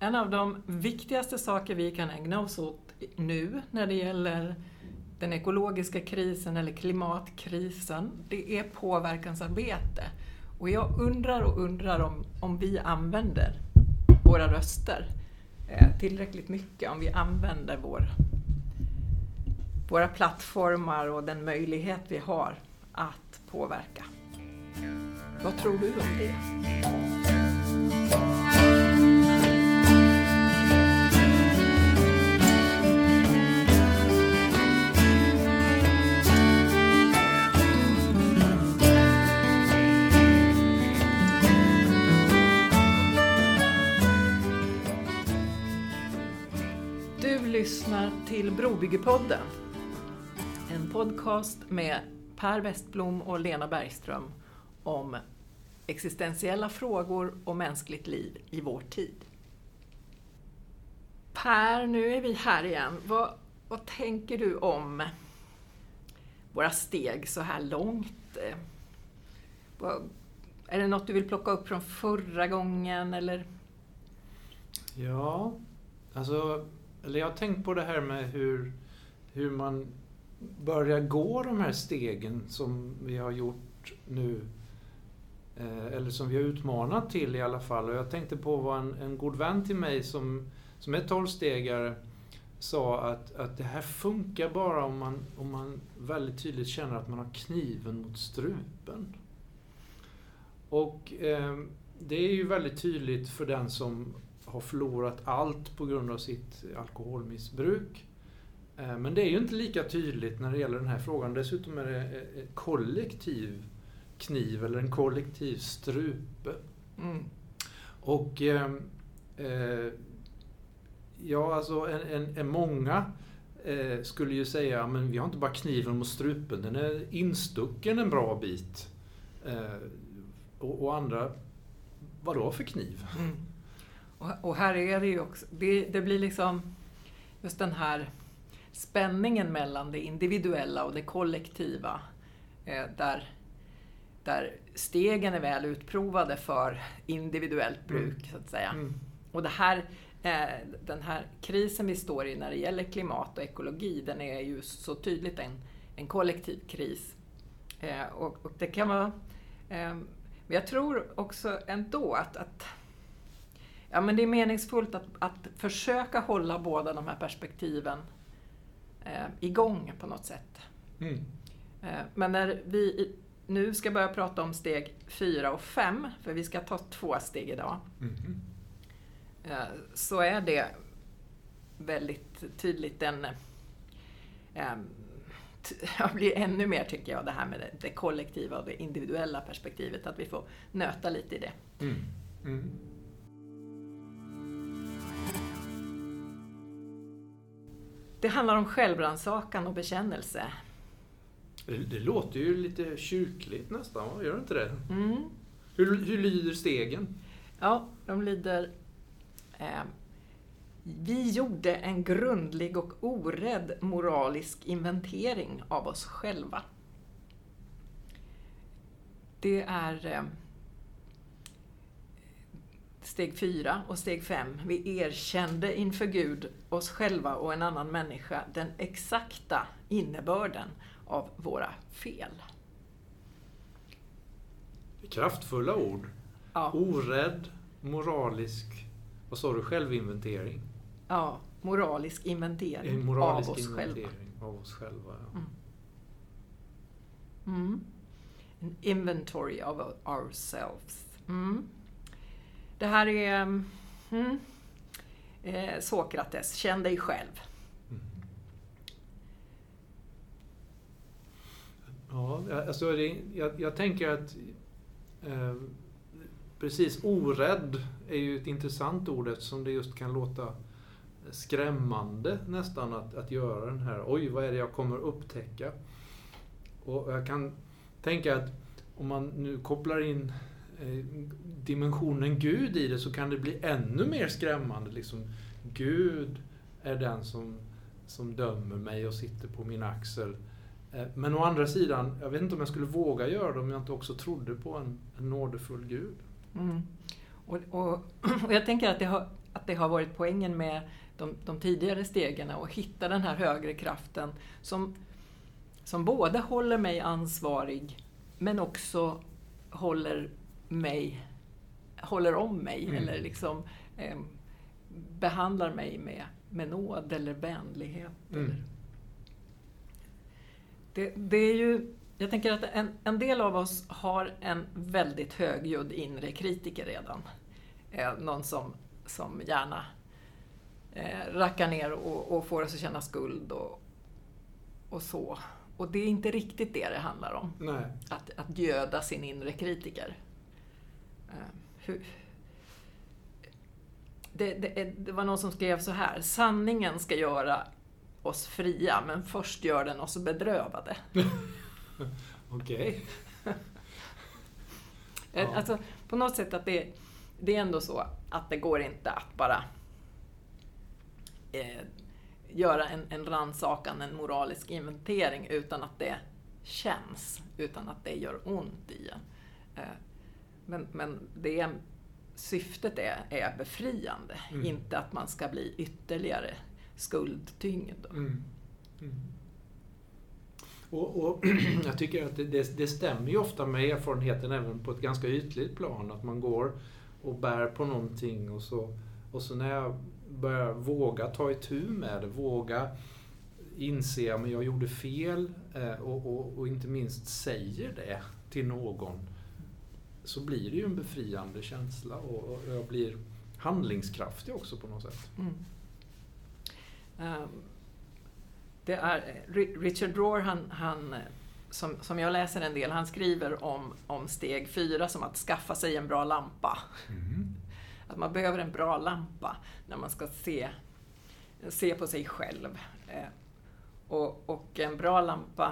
En av de viktigaste saker vi kan ägna oss åt nu när det gäller den ekologiska krisen eller klimatkrisen, det är påverkansarbete. Och jag undrar om vi använder våra röster tillräckligt mycket, om vi använder våra plattformar och den möjlighet vi har att påverka. Vad tror du om det? Du lyssnar till Brobyggepodden, en podcast med Per Westblom och Lena Bergström om existentiella frågor och mänskligt liv i vår tid. Per, nu är vi här igen. Vad tänker du om våra steg så här långt? Är det något du vill plocka upp från förra gången? Eller? Ja, jag har tänkt på det här med hur man börjar gå de här stegen som vi har gjort nu. Eller som vi har utmanat till i alla fall. Och jag tänkte på vad en god vän till mig som är 12-stegare sa att det här funkar bara om man väldigt tydligt känner att man har kniven mot strupen. Och det är ju väldigt tydligt för den som har förlorat allt på grund av sitt alkoholmissbruk. Men det är ju inte lika tydligt när det gäller den här frågan. Dessutom är det kollektiv kniv eller en kollektiv strupe. Mm. Och många skulle ju säga men vi har inte bara kniven mot strupen, den är instucken en bra bit. Och andra, vadå för kniv? Mm. Och här är det ju också, det blir liksom just den här spänningen mellan det individuella och det kollektiva där stegen är väl utprovade för individuellt bruk så att säga. Mm. Och den här krisen vi står i när det gäller klimat och ekologi, den är ju så tydligt en kollektiv kris. Och det kan vara, men jag tror också ändå att men det är meningsfullt att försöka hålla båda de här perspektiven igång på något sätt. Mm. Men när vi nu ska börja prata om steg 4 och 5, för vi ska ta 2 steg idag, så är det väldigt tydligt jag blir ännu mer tycker jag det här med det kollektiva och det individuella perspektivet, att vi får nöta lite i det. Mm. Mm. Det handlar om självrannsakan och bekännelse. Det låter ju lite kyrkligt nästan, gör det inte det? Mm. Hur lyder stegen? Ja, de lyder: vi gjorde en grundlig och orädd moralisk inventering av oss själva. Det är steg 4 och steg 5. Vi erkände inför Gud, oss själva och en annan människa den exakta innebörden av våra fel. Kraftfulla ord. Ja. Orädd, moralisk, vad sa du, självinventering? Ja, moralisk inventering av oss själva. Av oss själva, ja. Mm. Mm. An inventory of ourselves. Mm. Det här är Sokrates, känn dig själv. Mm. Ja, alltså jag tänker att precis orädd är ju ett intressant ord eftersom det just kan låta skrämmande nästan att göra den här, oj vad är det jag kommer upptäcka? Och jag kan tänka att om man nu kopplar in dimensionen Gud i det så kan det bli ännu mer skrämmande. Liksom, Gud är den som dömer mig och sitter på min axel. Men å andra sidan, jag vet inte om jag skulle våga göra det om jag inte också trodde på en nådefull Gud. Mm. Och jag tänker att att det har varit poängen med de tidigare stegen, och hitta den här högre kraften som både håller mig ansvarig men också håller om mig eller liksom behandlar mig med nåd eller vänlighet. Det är ju, jag tänker att en del av oss har en väldigt högljudd inre kritiker redan. Någon som gärna rackar ner och får oss att känna skuld och så. Och det är inte riktigt det handlar om. Nej. Att göda sin inre kritiker. Det var någon som skrev så här: sanningen ska göra oss fria, men först gör den oss bedrövade. Okej. Alltså, på något sätt att det är ändå så att det går inte att bara göra en rannsakan, en moralisk inventering utan att det känns, utan att det gör ont i en. Men syftet är befriande, inte att man ska bli ytterligare skuldtyngd. Och jag tycker att det stämmer ju ofta med erfarenheten även på ett ganska ytligt plan, att man går och bär på någonting och så när jag börjar våga ta itu med det, våga inse att jag gjorde fel och inte minst säger det till någon, så blir det ju en befriande känsla och jag blir handlingskraftig också på något sätt. Det är Richard Rohr, han som jag läser en del, han skriver om steg 4 som att skaffa sig en bra lampa. Att man behöver en bra lampa när man ska se på sig själv. Och en bra lampa,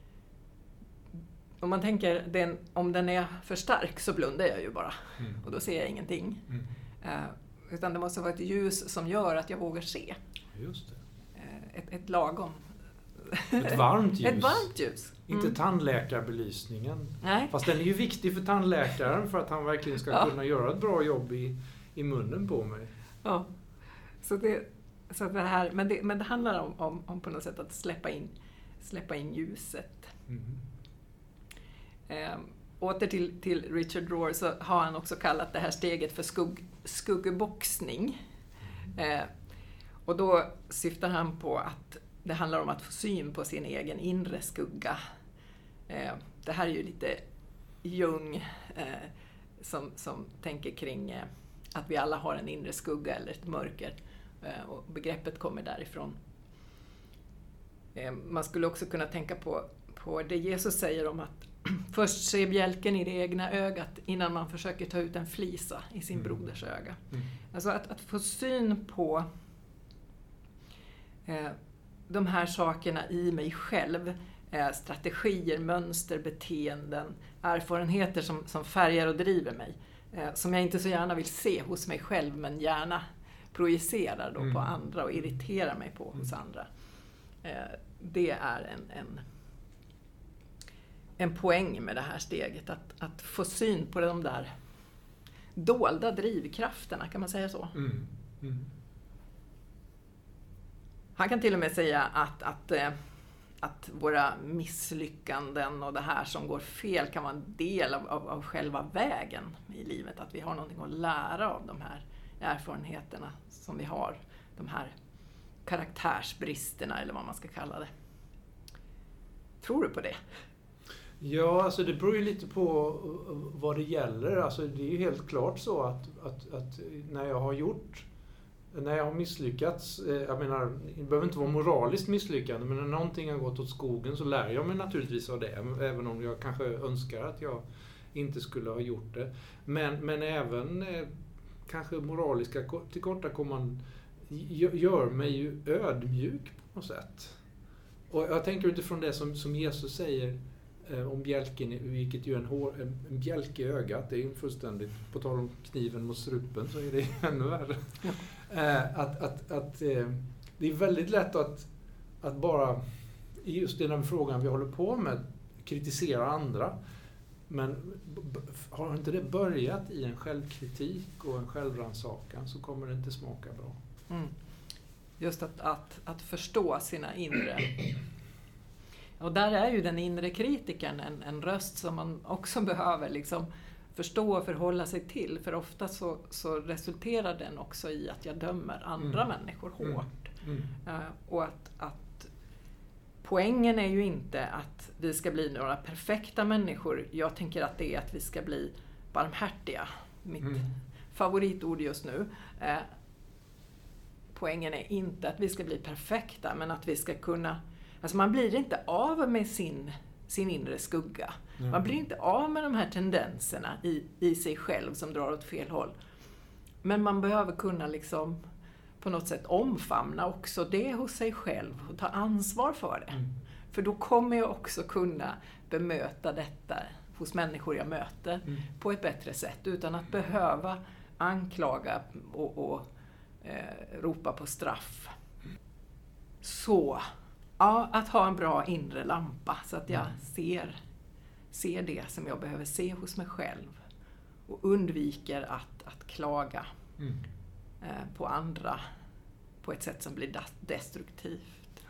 om man tänker om den är för stark så blundar jag ju bara. Och då ser jag ingenting. Utan det måste vara ett ljus som gör att jag vågar se. Just det. Ett lagom. Ett varmt ljus. Ett varmt ljus. Inte tandläkarbelysningen. Nej. Fast den är ju viktig för tandläkaren för att han verkligen ska kunna göra ett bra jobb i munnen på mig. Ja. Så det här, men det handlar om på något sätt att släppa in ljuset. Åter till Richard Rohr, så har han också kallat det här steget för skuggboxning. Och då syftar han på att det handlar om att få syn på sin egen inre skugga. Det här är ju lite Jung som tänker kring att vi alla har en inre skugga eller ett mörker. Och begreppet kommer därifrån. Man skulle också kunna tänka på det Jesus säger om att först se bjälken i det egna ögat innan man försöker ta ut en flisa i sin broders öga. Alltså att få syn på de här sakerna i mig själv, strategier, mönster, beteenden, erfarenheter som färgar och driver mig, som jag inte så gärna vill se hos mig själv men gärna projicerar då på andra och irriterar mig på hos andra. Det är en poäng med det här steget, att få syn på de där dolda drivkrafterna, kan man säga så? Han kan till och med säga att våra misslyckanden och det här som går fel kan vara en del av själva vägen i livet. Att vi har någonting att lära av de här erfarenheterna som vi har. De här karaktärsbristerna eller vad man ska kalla det. Tror du på det? Ja, alltså det beror ju lite på vad det gäller. Alltså det är ju helt klart så att när jag har misslyckats, jag menar, det behöver inte vara moraliskt misslyckande, men när någonting har gått åt skogen så lär jag mig naturligtvis av det, även om jag kanske önskar att jag inte skulle ha gjort det. Men även kanske moraliska tillkortakommanden gör mig ju ödmjuk på något sätt. Och jag tänker utifrån det som Jesus säger om bjälken, vilket ju en bjälke i ögat, det är ju fullständigt, på tal om kniven mot strupen så är det ännu värre. Ja. Det är väldigt lätt att bara, just i den frågan vi håller på med, kritisera andra. Men har inte det börjat i en självkritik och en självrannsakan så kommer det inte smaka bra. Just att förstå sina inre. Och där är ju den inre kritiken en röst som man också behöver liksom förstå och förhålla sig till. För ofta så resulterar den också i att jag dömer andra människor hårt. Och att poängen är ju inte att vi ska bli några perfekta människor. Jag tänker att det är att vi ska bli barmhärtiga. Mitt favoritord just nu. Poängen är inte att vi ska bli perfekta, men att vi ska kunna... Alltså man blir inte av med sin inre skugga. Man blir inte av med de här tendenserna i sig själv som drar åt fel håll. Men man behöver kunna liksom på något sätt omfamna också det hos sig själv och ta ansvar för det. För då kommer jag också kunna bemöta detta hos människor jag möter på ett bättre sätt utan att behöva anklaga och ropa på straff. Så, ja, att ha en bra inre lampa så att jag ser det som jag behöver se hos mig själv och undviker att klaga på andra på ett sätt som blir destruktivt.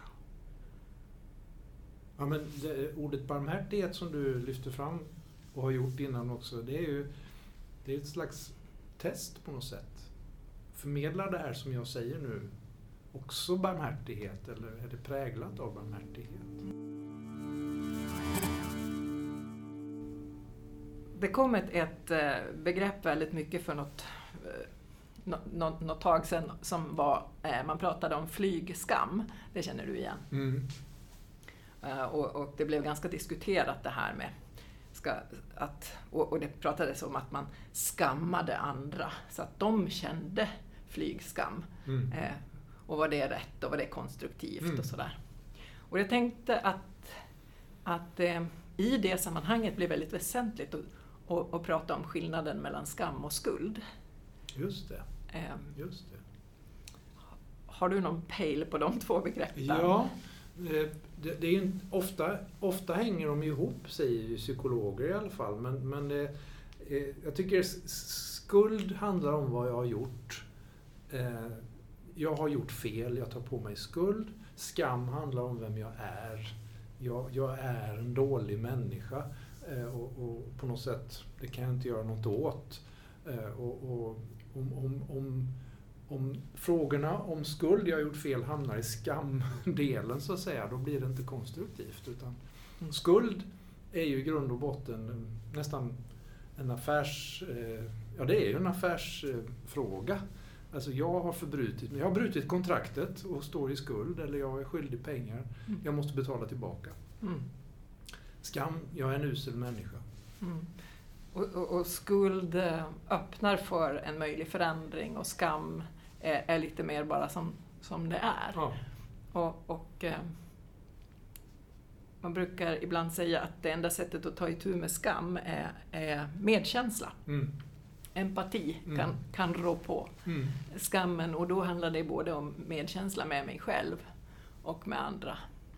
Ja, men ordet barmhärtighet som du lyfter fram och har gjort innan också, det är ett slags test på något sätt. Förmedlar det här som jag säger nu också barmhärtighet eller är det präglat av barmhärtighet? Det kom ett begrepp väldigt mycket för något tag sedan som var, man pratade om flygskam. Det känner du igen. Och det blev ganska diskuterat det här med och det pratades om att man skammade andra så att de kände flygskam. Och var det rätt och var det konstruktivt och sådär. Och jag tänkte att i det sammanhanget blir väldigt väsentligt att prata om skillnaden mellan skam och skuld. Just det. Har du någon pejl på de två begreppen? Ja, det är ju ofta hänger de ihop, säger psykologer i alla fall. Men jag tycker skuld handlar om vad jag har gjort. Jag har gjort fel, jag tar på mig skuld. Skam handlar om vem jag är. Jag är en dålig människa och på något sätt, det kan jag inte göra något åt. Och om frågorna om skuld jag har gjort fel hamnar i skamdelen så att säga, då blir det inte konstruktivt. Utan skuld är ju i grund och botten nästan en det är ju en affärsfråga. Alltså jag har brutit kontraktet och står i skuld eller jag är skyldig pengar. Jag måste betala tillbaka. Skam, jag är en usel människa. Och skuld öppnar för en möjlig förändring och skam är lite mer bara som det är. Ja. Och man brukar ibland säga att det enda sättet att ta itu med skam är medkänsla. Empati kan rå på skammen och då handlar det både om medkänsla med mig själv och med andra.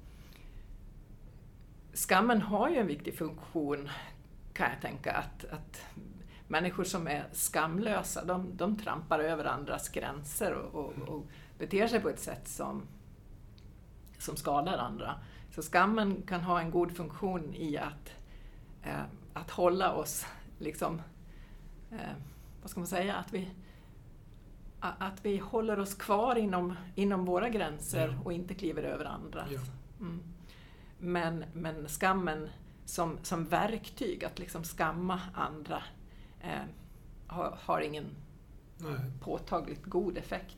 Skammen har ju en viktig funktion, kan jag tänka, att människor som är skamlösa, de trampar över andras gränser och beter sig på ett sätt som skadar andra. Så skammen kan ha en god funktion i att hålla oss liksom, vad ska man säga, att vi håller oss kvar inom våra gränser och inte kliver över andras. Men skammen som verktyg att liksom skamma andra har ingen påtagligt god effekt.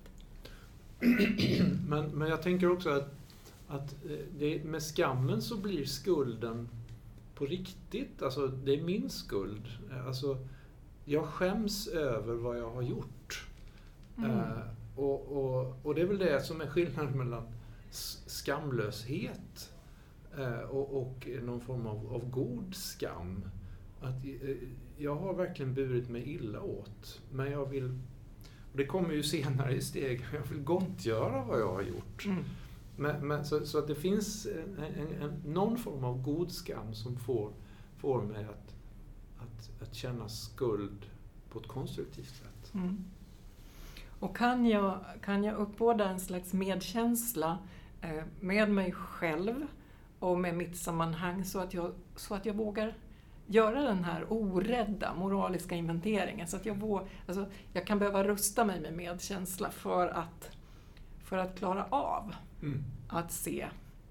Men jag tänker också att med skammen så blir skulden på riktigt. Alltså det är min skuld. Alltså jag skäms över vad jag har gjort. Och det är väl det som är skillnaden mellan skamlöshet och någon form av god skam. Att jag har verkligen burit mig illa åt, men jag vill, och det kommer ju senare i steg, jag vill gottgöra vad jag har gjort. Men så att det finns någon form av god skam som får mig att känna skuld på ett konstruktivt sätt. Mm. Och kan jag uppbåda en slags medkänsla med mig själv och med mitt sammanhang så att jag vågar göra den här orädda moraliska inventeringen. Så att jag kan behöva rusta mig med medkänsla för att klara av att se.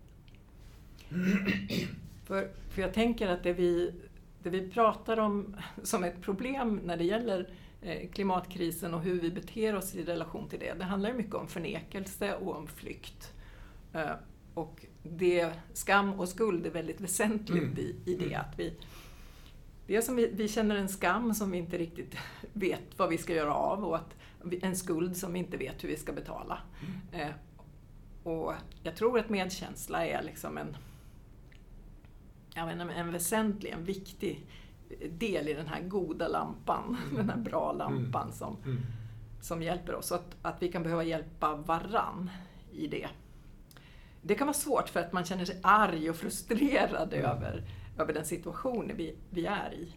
För jag tänker att det vi pratar om som ett problem när det gäller klimatkrisen och hur vi beter oss i relation till det handlar ju mycket om förnekelse och om flykt. Och skam och skuld är väldigt väsentligt i det. Att vi känner en skam som vi inte riktigt vet vad vi ska göra av och en skuld som vi inte vet hur vi ska betala. Och jag tror att medkänsla är liksom en väsentlig, en viktig del i den här goda lampan, den här bra lampan som hjälper oss. Att vi kan behöva hjälpa varann i det. Det kan vara svårt för att man känner sig arg och frustrerad över den situationen vi är i.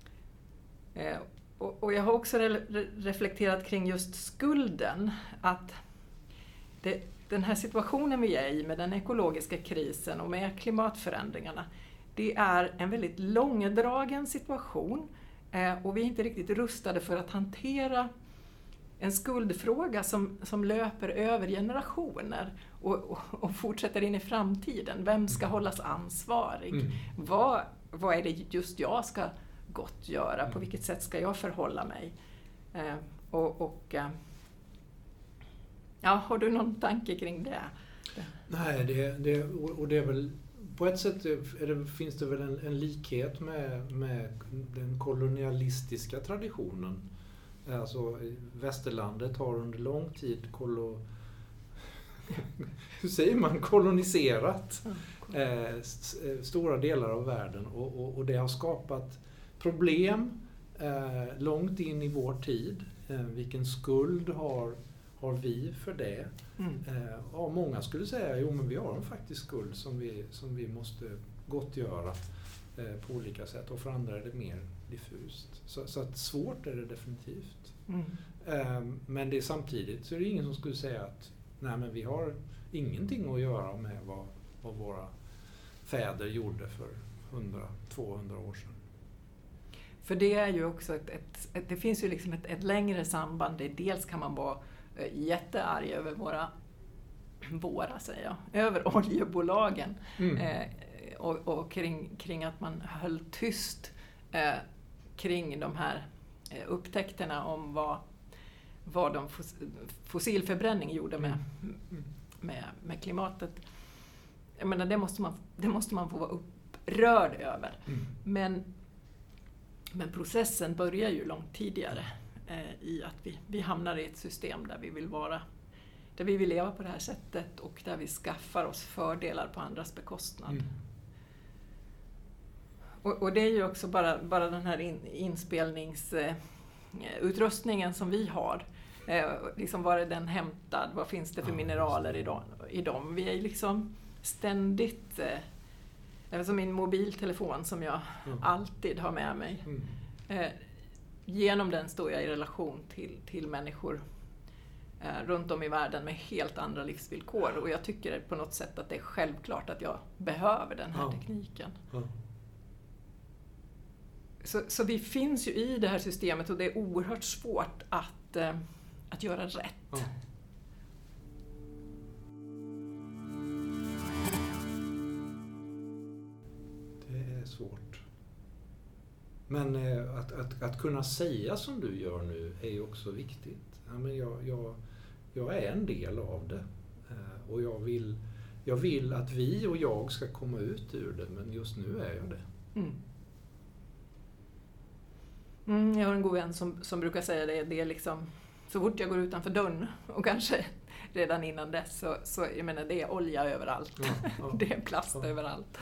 Och jag har också reflekterat kring just skulden. Att den här situationen vi är i med den ekologiska krisen och med klimatförändringarna, det är en väldigt långdragen situation och vi är inte riktigt rustade för att hantera en skuldfråga som löper över generationer och fortsätter in i framtiden. Vem ska hållas ansvarig? Vad är det just jag ska gott göra? På vilket sätt ska jag förhålla mig? Har du någon tanke kring det? Nej, det är väl på ett sätt finns det väl en likhet med den kolonialistiska traditionen. Alltså västerlandet har under lång tid hur säger man, koloniserat stora delar av världen och det har skapat problem långt in i vår tid. Vilken skuld har vi för det? Många skulle säga, men vi har en faktisk skuld som vi måste gottgöra på olika sätt, och för andra är det mer diffust. Så att svårt är det definitivt. Men det är samtidigt så är det ingen som skulle säga att nej, men vi har ingenting att göra med vad våra fäder gjorde för 100-200 år sedan. För det är ju också det finns ju liksom ett längre samband. Dels kan man vara jättearg över våra säger jag, över oljebolagen och kring att man höll tyst kring de här upptäckterna om vad de fossilförbränning gjorde med klimatet. Jag menar, det måste man få vara upprörd över. Men processen börjar ju långt tidigare i att vi hamnar i ett system där vi vill leva på det här sättet och där vi skaffar oss fördelar på andras bekostnad. Och det är ju också bara den här inspelningsutrustningen som vi har. Liksom var är den hämtad? Vad finns det för mineraler i dem? Vi är ju liksom ständigt... som min mobiltelefon som jag alltid har med mig. Genom den står jag i relation till människor runt om i världen med helt andra livsvillkor. Och jag tycker på något sätt att det är självklart att jag behöver den här tekniken. Så vi finns ju i det här systemet och det är oerhört svårt att göra rätt. Det är svårt. Men att kunna säga som du gör nu är ju också viktigt. Ja, men jag är en del av det. Och jag vill att vi och jag ska komma ut ur det, men just nu är jag det. Jag har en god vän som brukar säga det är liksom, så fort jag går utanför dörren och kanske redan innan dess så jag menar, det är olja överallt. Det är plast överallt.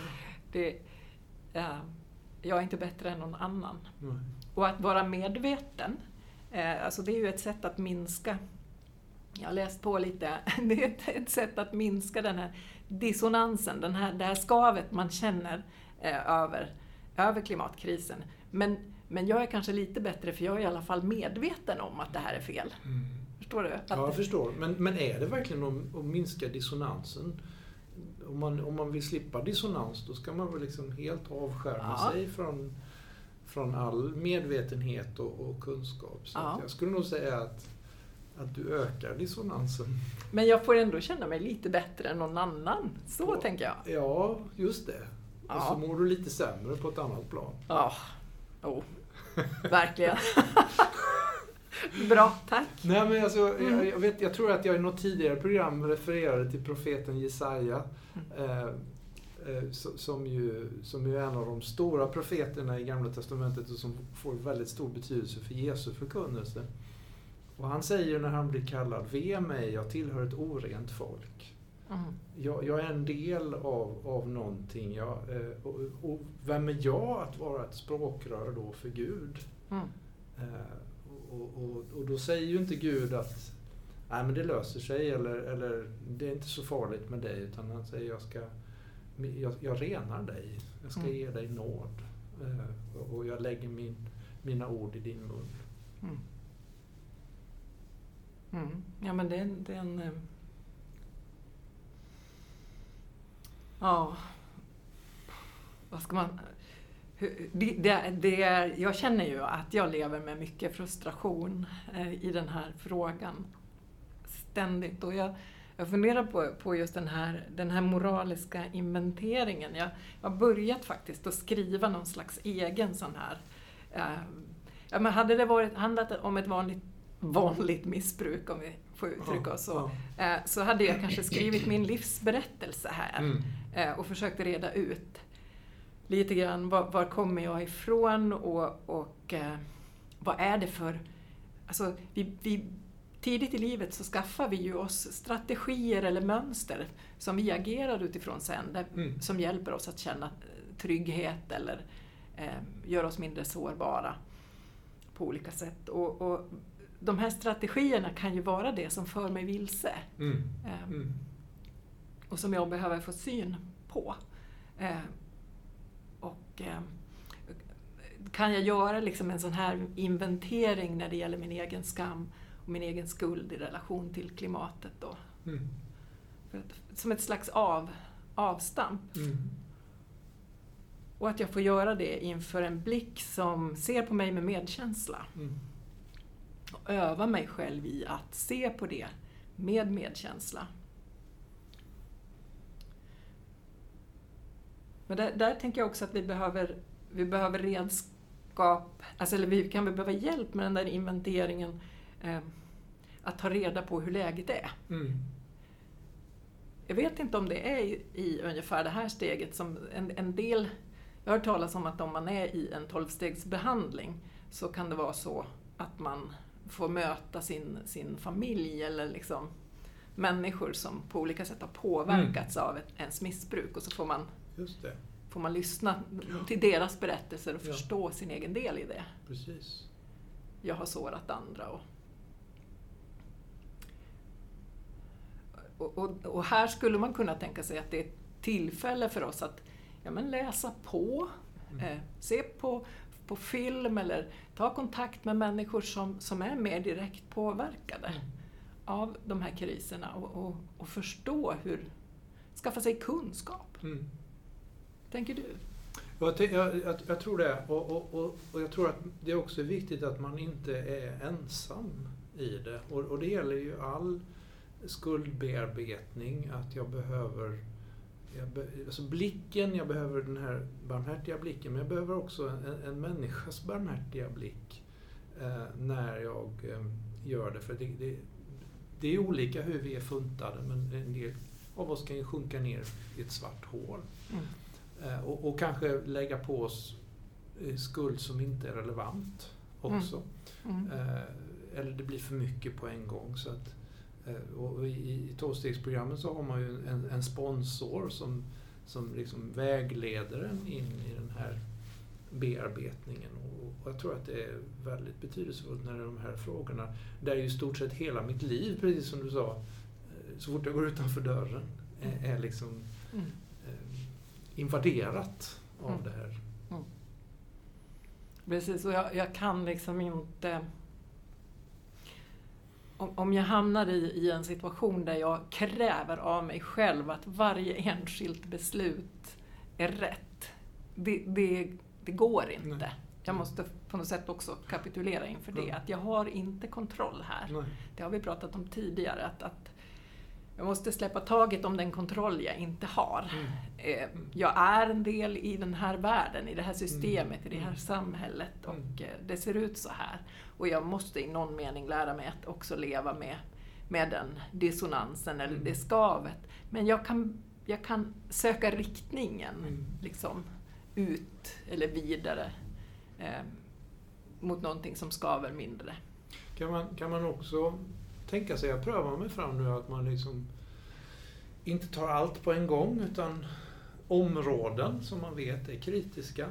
Jag är inte bättre än någon annan. Och att vara medveten, alltså det är ju ett sätt att minska, jag har läst på lite, det är ett sätt att minska den här dissonansen, det här skavet man känner över klimatkrisen. Men jag är kanske lite bättre för jag är i alla fall medveten om att det här är fel. Förstår du? Ja, jag förstår. Men är det verkligen att minska dissonansen? Om man vill slippa dissonans, då ska man väl liksom helt avskärma sig från all medvetenhet och kunskap. Så jag skulle nog säga att du ökar dissonansen. Men jag får ändå känna mig lite bättre än någon annan. Så tänker jag. Ja, just det. Och så mår du lite sämre på ett annat plan. Ja, verkligen. Bra, tack. Nej, men alltså, jag tror att jag i något tidigare program refererade till profeten Jesaja. Som ju är en av de stora profeterna i Gamla testamentet och som får väldigt stor betydelse för Jesu förkunnelse. Och han säger när han blir kallad: ve mig, jag tillhör ett orent folk. Jag är en del av någonting. Och vem är jag att vara ett språkrör då för Gud? Och då säger ju inte Gud att nej, men det löser sig eller det är inte så farligt med dig, utan han säger jag renar dig, jag ska ge dig nåd och jag lägger mina ord i din mun. Ja, men det är en vad ska man... jag känner ju att jag lever med mycket frustration i den här frågan ständigt. Och jag funderar på just den här moraliska inventeringen. Jag har börjat faktiskt att skriva någon slags egen sån här... men hade det handlat om ett vanligt missbruk, om vi får uttrycka oss så hade jag kanske skrivit min livsberättelse här och försökt reda ut lite grann var kommer jag ifrån och vad är det för... Alltså vi tidigt i livet så skaffar vi ju oss strategier eller mönster som vi agerar utifrån sen, som hjälper oss att känna trygghet eller gör oss mindre sårbara på olika sätt. Och de här strategierna kan ju vara det som för mig vilse. Och som jag behöver få syn på. Och kan jag göra liksom en sån här inventering när det gäller min egen skam och min egen skuld i relation till klimatet då. Som ett slags avstamp. Och att jag får göra det inför en blick som ser på mig med medkänsla. Och öva mig själv i att se på det med medkänsla. Men där tänker jag också att vi behöver redskap, alltså, eller vi kan behöva hjälp med den där inventeringen, att ta reda på hur läget är. Jag vet inte om det är i ungefär det här steget som en del, jag har hört talas om att om man är i en 12-stegsbehandling så kan det vara så att man får möta sin familj eller liksom människor som på olika sätt har påverkats av ens missbruk, och så får man lyssna till deras berättelser och förstå sin egen del i det. Precis. Jag har sårat andra och här skulle man kunna tänka sig att det är ett tillfälle för oss att läsa på, se på film eller ta kontakt med människor som är mer direkt påverkade av de här kriserna och förstå skaffa sig kunskap. Tänker du? Jag tror det. Och jag tror att det också är viktigt att man inte är ensam i det. Och det gäller ju all skuldbearbetning, att jag behöver blicken, jag behöver den här barmhärtiga blicken, men jag behöver också en människas barmhärtiga blick när jag gör det. För det är olika hur vi är funtade, men en del av oss kan ju sjunka ner i ett svart hål. Och kanske lägga på oss skuld som inte är relevant också. Eller det blir för mycket på en gång. Så att, och i 12-stegsprogrammen så har man ju en sponsor som liksom vägleder en in i den här bearbetningen. Och jag tror att det är väldigt betydelsefullt när det är de här frågorna. Där är ju i stort sett hela mitt liv, precis som du sa, så fort jag går utanför dörren är liksom invaderat av det här. Precis, och jag kan liksom inte... Om jag hamnar i en situation där jag kräver av mig själv att varje enskilt beslut är rätt, det går inte. Nej. Jag måste på något sätt också kapitulera inför det, att jag har inte kontroll här. Nej. Det har vi pratat om tidigare, att jag måste släppa taget om den kontroll jag inte har. Jag är en del i den här världen, i det här systemet, i det här samhället, och det ser ut så här. Och jag måste i någon mening lära mig att också leva med den dissonansen eller det skavet. Men jag kan söka riktningen liksom ut eller vidare mot någonting som skaver mindre. Kan man också tänka sig att pröva mig fram nu, att man liksom inte tar allt på en gång, utan områden som man vet är kritiska.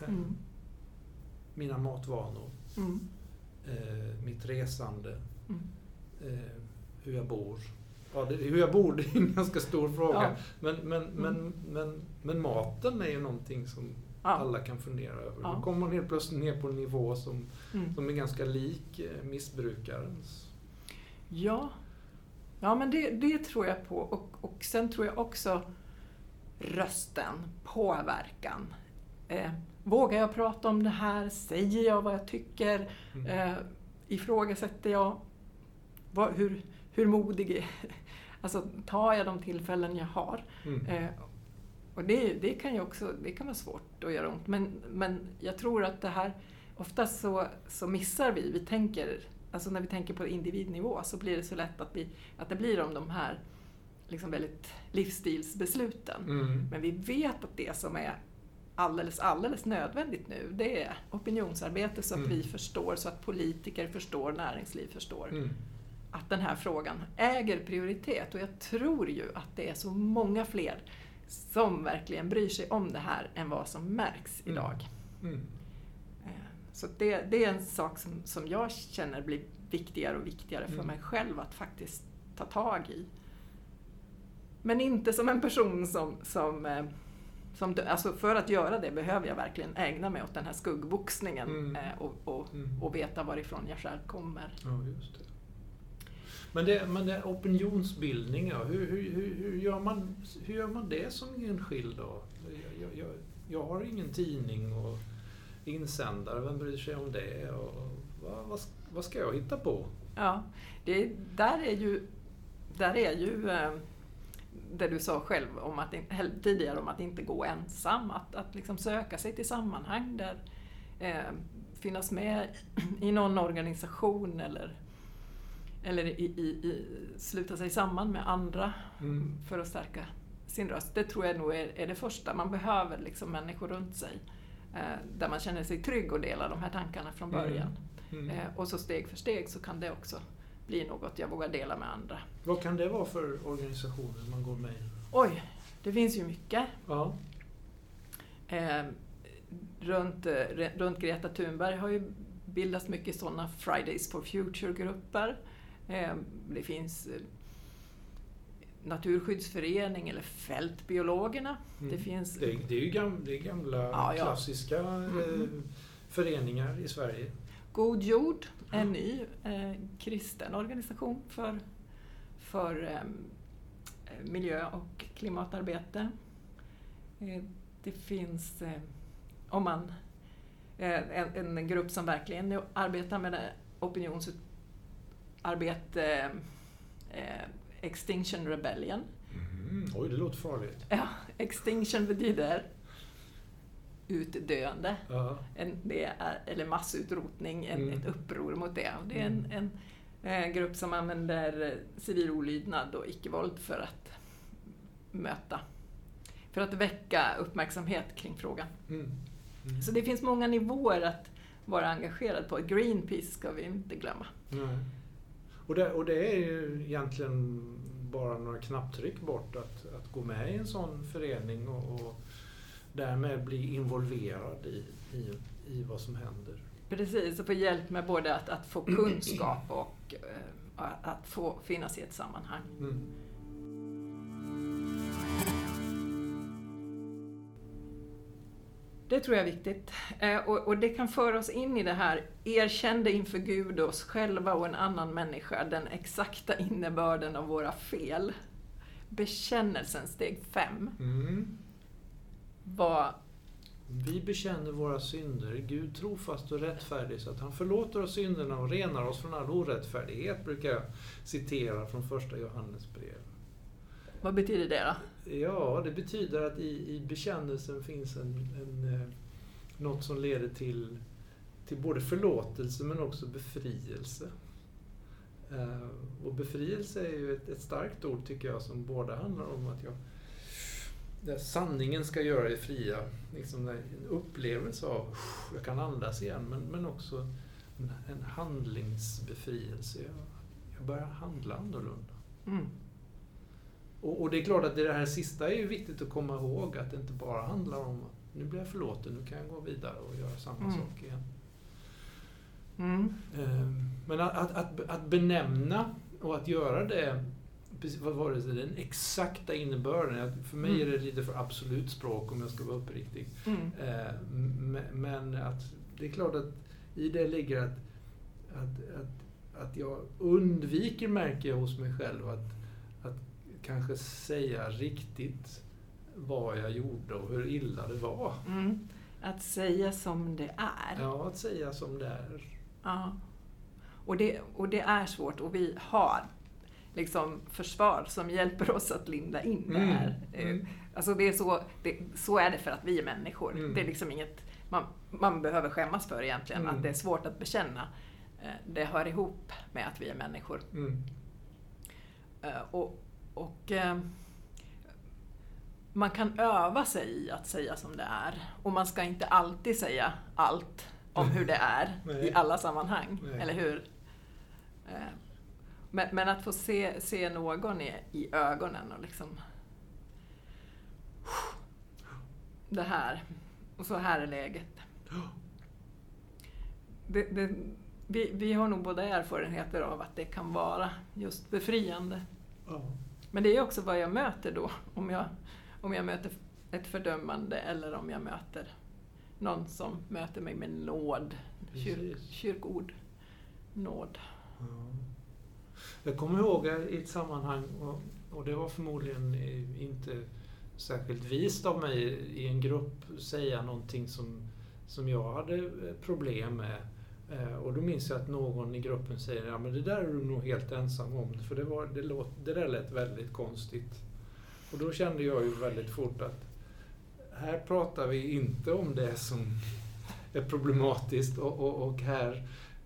Mina matvanor, mitt resande, hur jag bor. Ja, hur jag bor, det är en ganska stor fråga. Ja. Men maten är ju någonting som alla kan fundera över. Då kommer man helt plötsligt ner på en nivå som är ganska lik missbrukarens. Ja, men det tror jag på. Och sen tror jag också rösten, påverkan. Vågar jag prata om det här? Säger jag vad jag tycker? Ifrågasätter jag? Hur modig är alltså, tar jag de tillfällen jag har? Och det kan ju också, det kan vara svårt att göra ont. Men jag tror att det här, oftast så missar vi tänker, alltså när vi tänker på individnivå så blir det så lätt att det blir de här liksom väldigt livsstilsbesluten. Men vi vet att det som är alldeles nödvändigt nu, det är opinionsarbete så att vi förstår, så att politiker förstår, näringsliv förstår att den här frågan äger prioritet. Och jag tror ju att det är så många fler som verkligen bryr sig om det här än vad som märks idag. Så det är en sak som jag känner blir viktigare och viktigare för mig själv att faktiskt ta tag i. Men inte som en person som alltså för att göra det behöver jag verkligen ägna mig åt den här skuggboxningen och veta varifrån jag själv kommer. Ja, just det. Men det opinionsbildning, ja. Hur gör man det som enskild då? Jag har ingen tidning och insändare, vem bryr sig om det? Och vad ska jag hitta på? Ja, där är ju det du sa själv om att tidigare om att inte gå ensam, att liksom söka sig till sammanhang där finnas med i någon organisation eller sluta sig samman med andra för att stärka sin röst. Det tror jag nog är det första. Man behöver liksom människor runt sig där man känner sig trygg och delar de här tankarna från början. Och så steg för steg så kan det också bli något jag vågar dela med andra. Vad kan det vara för organisationer man går med i? Oj, det finns ju mycket. Ja. Runt Greta Thunberg har ju bildats mycket sådana Fridays for Future-grupper. Det finns Naturskyddsförening eller Fältbiologerna. Det finns... Det är ju gamla klassiska föreningar i Sverige. God jord, en ny kristen organisation för miljö- och klimatarbete. Det finns en grupp som verkligen arbetar med opinionsarbete, Extinction Rebellion. Oj, det låter farligt. Ja, Extinction betyder utdöende. Eller massutrotning, ett uppror mot det. Det är en grupp som använder civil olydnad och icke-våld för att väcka uppmärksamhet kring frågan. Så det finns många nivåer att vara engagerad på. Greenpeace ska vi inte glömma. Nej. Och det är ju egentligen bara några knapptryck bort att gå med i en sån förening och därmed bli involverad i vad som händer. Precis, och få hjälp med både att få kunskap och att få finnas i ett sammanhang. Det tror jag är viktigt. Och det kan föra oss in i det här, erkände inför Gud och oss själva och en annan människa den exakta innebörden av våra fel. Bekännelsen, steg 5. Var... Vi bekänner våra synder, Gud trofast och rättfärdig så att han förlåter oss synderna och renar oss från all orättfärdighet, brukar jag citera från första Johannes brev. Vad betyder det då? Ja, det betyder att i bekännelsen finns något som leder till både förlåtelse men också befrielse. Och befrielse är ju ett starkt ord tycker jag, som både handlar om att sanningen ska göra dig fria. Liksom en upplevelse av jag kan andas igen, men också en handlingsbefrielse. Jag börjar handla annorlunda. Och det är klart att det här sista är ju viktigt att komma ihåg, att det inte bara handlar om att nu blir jag förlåten, nu kan jag gå vidare och göra samma sak igen. Men att benämna och att göra det, vad var det, den exakta innebörden, för mig är det lite för absolut språk om jag ska vara uppriktig. Men att det är klart att i det ligger att jag undviker, märker jag hos mig själv, att kanske säga riktigt vad jag gjorde och hur illa det var. Att säga som det är. Ja, att säga som det är. Ja. Och det är svårt, och vi har liksom försvar som hjälper oss att linda in det här. Alltså det är så är det för att vi är människor. Det är liksom inget man behöver skämmas för egentligen, att det är svårt att bekänna. Det hör ihop med att vi är människor. Och man kan öva sig i att säga som det är. Och man ska inte alltid säga allt om hur det är i alla sammanhang. Nej. Eller hur? Men att få se någon i ögonen och liksom det här. Och så här är läget. Vi har nog båda erfarenheter av att det kan vara just befriande. Men det är också vad jag möter då. Om jag möter ett fördömande eller om jag möter någon som möter mig med nåd. Kyrkord. Nåd. Jag kommer ihåg i ett sammanhang, och det var förmodligen inte särskilt vist av mig i en grupp, säga någonting som jag hade problem med. Och då minns jag att någon i gruppen säger, ja men det där är du nog helt ensam om, för det där lät väldigt konstigt. Och då kände jag ju väldigt fort att här pratar vi inte om det som är problematiskt, och här,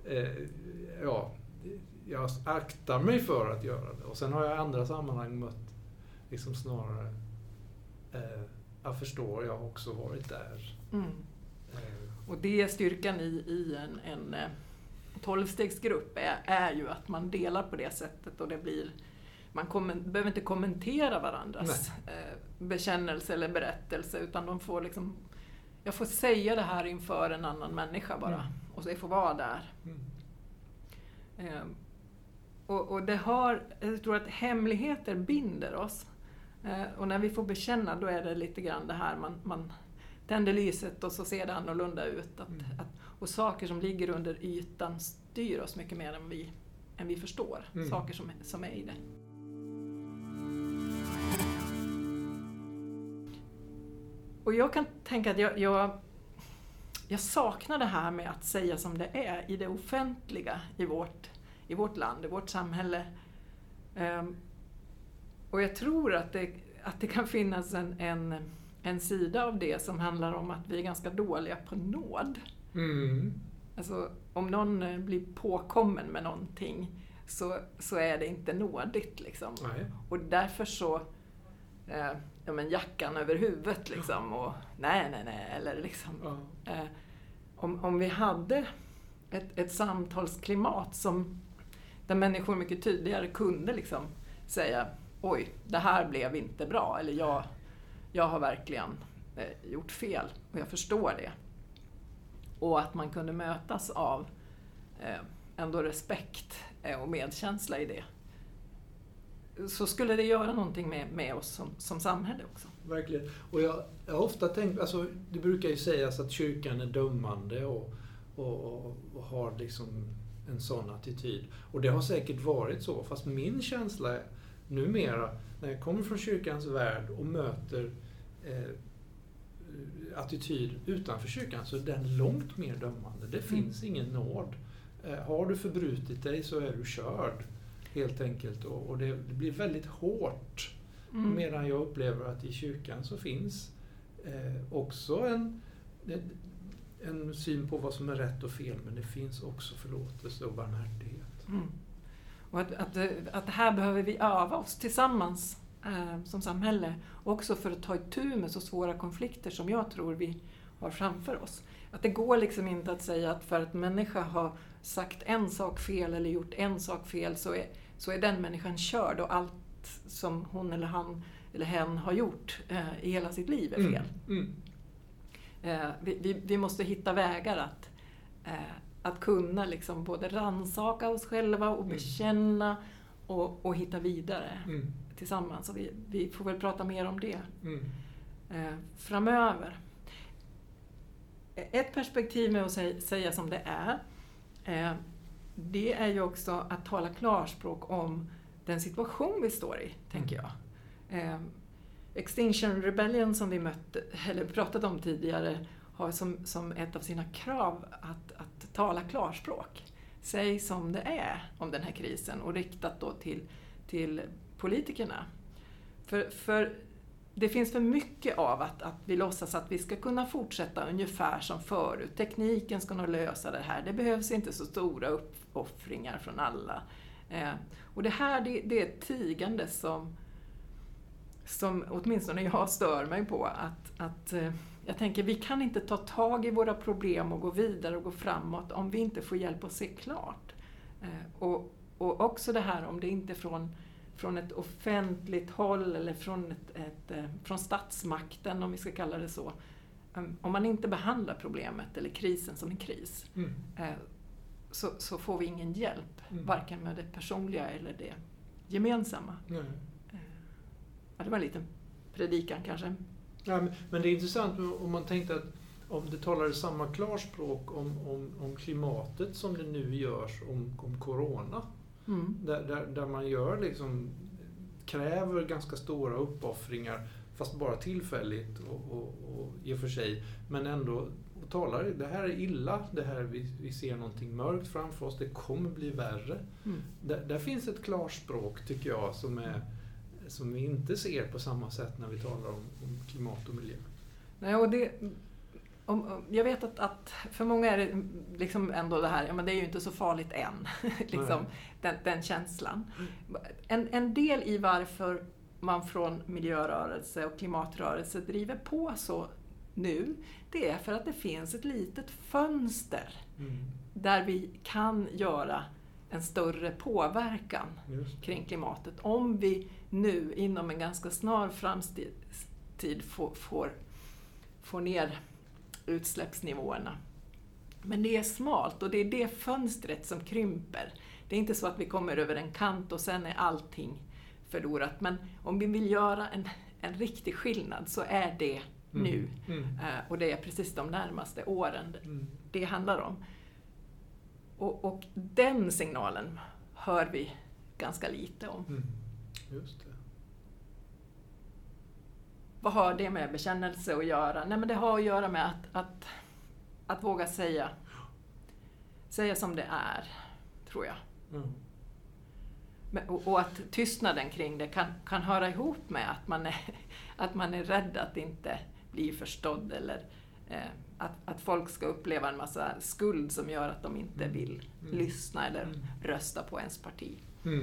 jag aktar mig för att göra det. Och sen har jag i andra sammanhang mött liksom snarare, jag förstår, jag har också varit där. Och det är styrkan i en 12-stegsgrupp är ju att man delar på det sättet, och det blir, behöver inte kommentera varandras bekännelse eller berättelse, utan de får liksom, jag får säga det här inför en annan människa bara, och så får vara där. Och det jag tror att hemligheter binder oss, och när vi får bekänna, då är det lite grann det här, man tänder lyset och så ser det annorlunda ut. Och saker som ligger under ytan styr oss mycket mer än vi förstår. Saker som är i det. Och jag kan tänka att jag saknar det här med att säga som det är i det offentliga i vårt land, i vårt samhälle. Och jag tror att det kan finnas en sida av det som handlar om att vi är ganska dåliga på nåd. Alltså, om någon blir påkommen med någonting så är det inte nådigt liksom. Och därför så jackan över huvudet liksom, och nej eller liksom. Om vi hade ett samtalsklimat där människor mycket tydligare kunde liksom säga, oj, det här blev inte bra, eller jag har verkligen gjort fel och jag förstår det. Och att man kunde mötas av ändå respekt och medkänsla i det. så skulle det göra någonting med oss som samhälle också. Verkligen. Och jag har ofta tänkt, alltså, det brukar ju sägas att kyrkan är dömande och har liksom en sån attityd. Och det har säkert varit så, fast min känsla är numera, när jag kommer från kyrkans värld och möter attityd utanför kyrkan, så är den långt mer dömande. Det finns ingen nåd. Har du förbrutit dig så är du körd, helt enkelt. Och det blir väldigt hårt. Medan jag upplever att i kyrkan så finns också en syn på vad som är rätt och fel, men det finns också förlåtelse och barmhärtighet. Och att det här behöver vi öva oss tillsammans som samhälle, också för att ta itu med så svåra konflikter som jag tror vi har framför oss. Att det går liksom inte att säga att för att människa har sagt en sak fel eller gjort en sak fel så är den människan körd och allt som hon eller han eller hen har gjort i hela sitt liv är fel. Vi måste hitta vägar att kunna liksom både rannsaka oss själva och bekänna och hitta vidare tillsammans. Och vi får väl prata mer om det framöver. Ett perspektiv med att säga som det är, det är ju också att tala klarspråk om den situation vi står i, tänker jag. Extinction Rebellion som vi pratade om tidigare har som ett av sina krav att tala klarspråk. Säg som det är om den här krisen och riktat då till politikerna. För det finns för mycket av att vi låtsas att vi ska kunna fortsätta ungefär som förut. Tekniken ska nog lösa det här. Det behövs inte så stora uppoffringar från alla. Och det här det är ett tigande som åtminstone jag stör mig på. Att jag tänker, vi kan inte ta tag i våra problem och gå vidare och gå framåt om vi inte får hjälp att se klart. Och också det här om det inte från ett offentligt håll eller från statsmakten, om vi ska kalla det så. Om man inte behandlar problemet eller krisen som en kris så får vi ingen hjälp, varken med det personliga eller det gemensamma. Ja, det var en liten predikan kanske. Ja, men det är intressant om man tänkte att om det talar samma klarspråk om klimatet som det nu görs om corona. Där man gör kräver ganska stora uppoffringar, fast bara tillfälligt och i och för sig, men ändå talar det här är illa, det här vi ser någonting mörkt framför oss, det kommer bli värre. Där finns ett klarspråk, tycker jag, som vi inte ser på samma sätt när vi talar om klimat och miljö. Nej, och jag vet att för många är det liksom ändå det här, ja, men det är ju inte så farligt än, liksom, den känslan. En del i varför man från miljörörelse och klimatrörelse driver på så nu, det är för att det finns ett litet fönster där vi kan göra en större påverkan kring klimatet. Om vi nu inom en ganska snar framtid får ner utsläppsnivåerna. Men det är smalt och det är det fönstret som krymper. Det är inte så att vi kommer över en kant och sen är allting förlorat. Men om vi vill göra en riktig skillnad så är det nu. Och det är precis de närmaste åren det handlar om. Och den signalen hör vi ganska lite om. Just det. Vad har det med bekännelse att göra? Nej, men det har att göra med att våga säga som det är, tror jag. Och att tystnaden kring det kan höra ihop med att man är rädd att inte bli förstådd eller att folk ska uppleva en massa skuld som gör att de inte vill lyssna eller rösta på ens parti.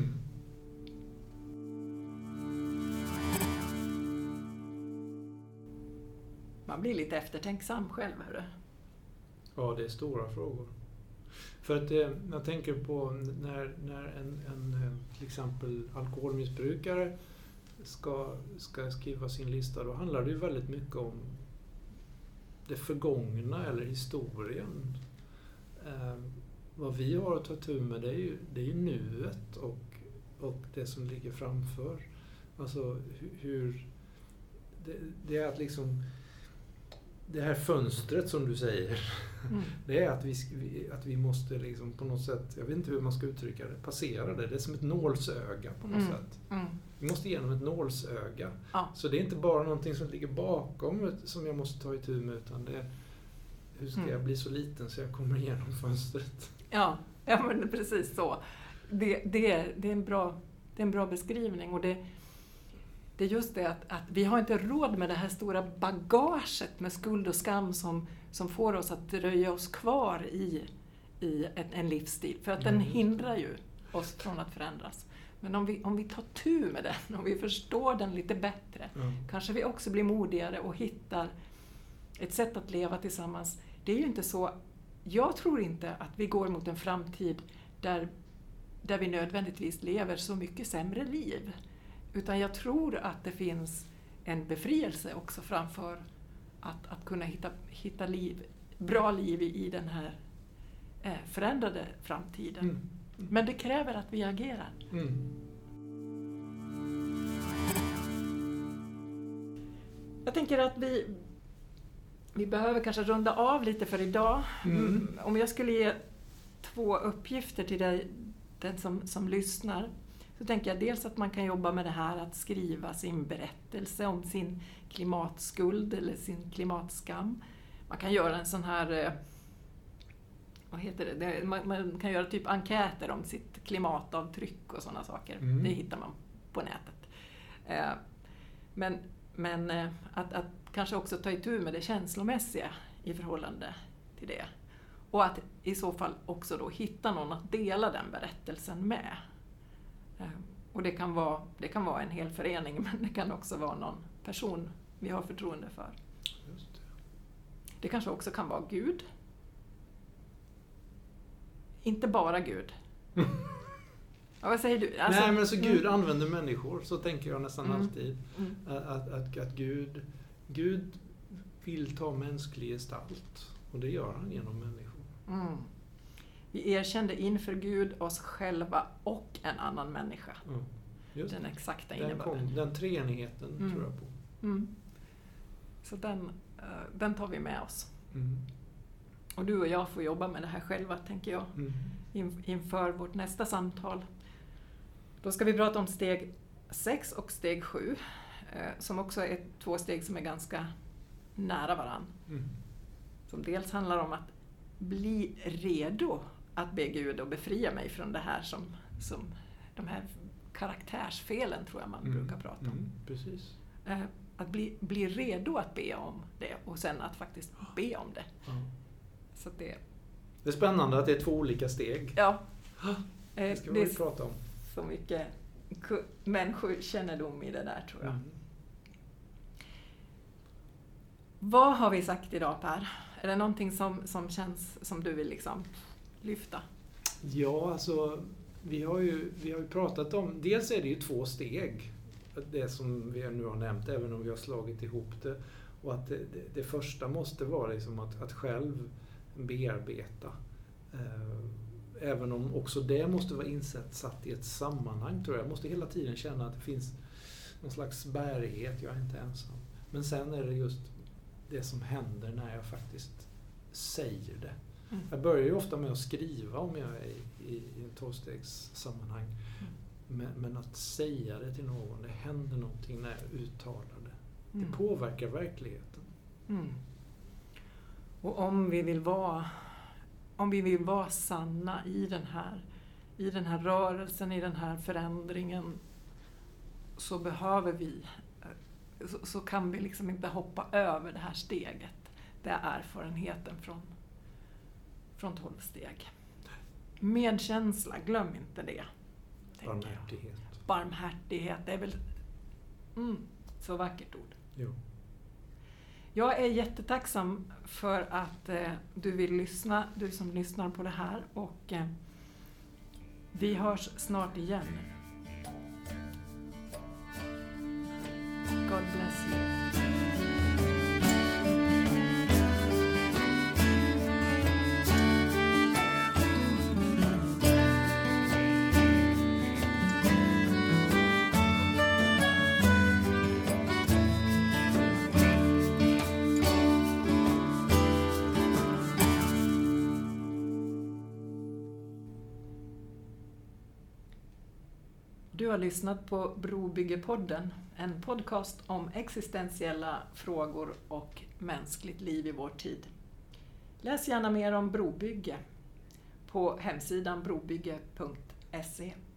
Man blir lite eftertänksam själv, hörru. Ja, det är stora frågor. För att jag tänker på när en till exempel alkoholmissbrukare ska skriva sin lista, då handlar det ju väldigt mycket om det förgångna eller historien. Vad vi har att ta tur med, det är ju nuet och och det som ligger framför. Alltså hur det är att liksom det här fönstret som du säger, det är att vi måste liksom på något sätt, jag vet inte hur man ska uttrycka det, passera det. Det är som ett nålsöga på något sätt. Vi måste igenom ett nålsöga. Ja. Så det är inte bara någonting som ligger bakom som jag måste ta itu med, utan det är hur ska jag bli så liten så jag kommer igenom fönstret. Ja men precis så. Det är en bra beskrivning, och det är just det att vi har inte råd med det här stora bagaget med skuld och skam som får oss att dröja oss kvar i en livsstil. För att den hindrar ju oss från att förändras. Men om vi tar tur med den, om vi förstår den lite bättre, kanske vi också blir modigare och hittar ett sätt att leva tillsammans. Det är ju inte så, jag tror inte att vi går mot en framtid där vi nödvändigtvis lever så mycket sämre liv. Utan jag tror att det finns en befrielse också framför att kunna hitta bra liv i den här förändrade framtiden. Men det kräver att vi agerar. Jag tänker att vi behöver kanske runda av lite för idag. Om jag skulle ge 2 uppgifter till dig, den som lyssnar, så tänker jag dels att man kan jobba med det här att skriva sin berättelse om sin klimatskuld eller sin klimatskam. Man kan göra en sån här, vad heter det? Man kan göra typ enkäter om sitt klimatavtryck och sådana saker. Det hittar man på nätet. Men att kanske också ta itu med det känslomässiga i förhållande till det. Och att i så fall också då hitta någon att dela den berättelsen med. Och det kan vara en hel förening, men det kan också vara någon person vi har förtroende för. Just det. Det kanske också kan vara Gud. Inte bara Gud. Ja, vad säger du? Alltså, nej, men så Gud använder människor, så tänker jag nästan alltid. Att Gud vill ta mänsklig gestalt, och det gör han genom människor. Vi erkände inför Gud oss själva och en annan människa. Den exakta innebörden. Den treenigheten tror jag på. Så den tar vi med oss. Och du och jag får jobba med det här själva, tänker jag, inför vårt nästa samtal. Då ska vi prata om steg 6 och steg 7, som också är 2 steg som är ganska nära varann. Som dels handlar om att bli redo att be Gud och befria mig från det här som de här karaktärsfelen, tror jag man brukar prata om. Precis. Att bli redo att be om det, och sen att faktiskt be om det. Så att det är spännande att det är 2 olika steg. Ja. Det ska vi prata om. Så mycket människokännedom i det där, tror jag. Vad har vi sagt idag, Per? Är det någonting som känns som du vill liksom lyfta? Ja, alltså vi har ju pratat om, dels är det ju 2 steg, det som vi nu har nämnt, även om vi har slagit ihop det. Och att det första måste vara liksom att själv bearbeta. Även om också det måste vara satt i ett sammanhang, tror jag. Jag måste hela tiden känna att det finns någon slags bärighet, jag är inte ensam. Men sen är det just det som händer när jag faktiskt säger det. Jag börjar ju ofta med att skriva om jag är i en 12-stegssammanhang. Men att säga det till någon, det händer någonting när jag uttalar det. Det påverkar verkligheten. Och om vi vill vara sanna i den här rörelsen, i den här förändringen, så behöver så kan vi liksom inte hoppa över det här steget. Det är erfarenheten från 12 steg. Medkänsla, glöm inte det. Barmhärtighet, det är väl så vackert ord. Jo. Jag är jättetacksam för att du vill lyssna, du som lyssnar på det här, och vi hörs snart igen. God bless you. Du har lyssnat på Brobyggepodden, en podcast om existentiella frågor och mänskligt liv i vår tid. Läs gärna mer om brobygge på hemsidan brobygge.se.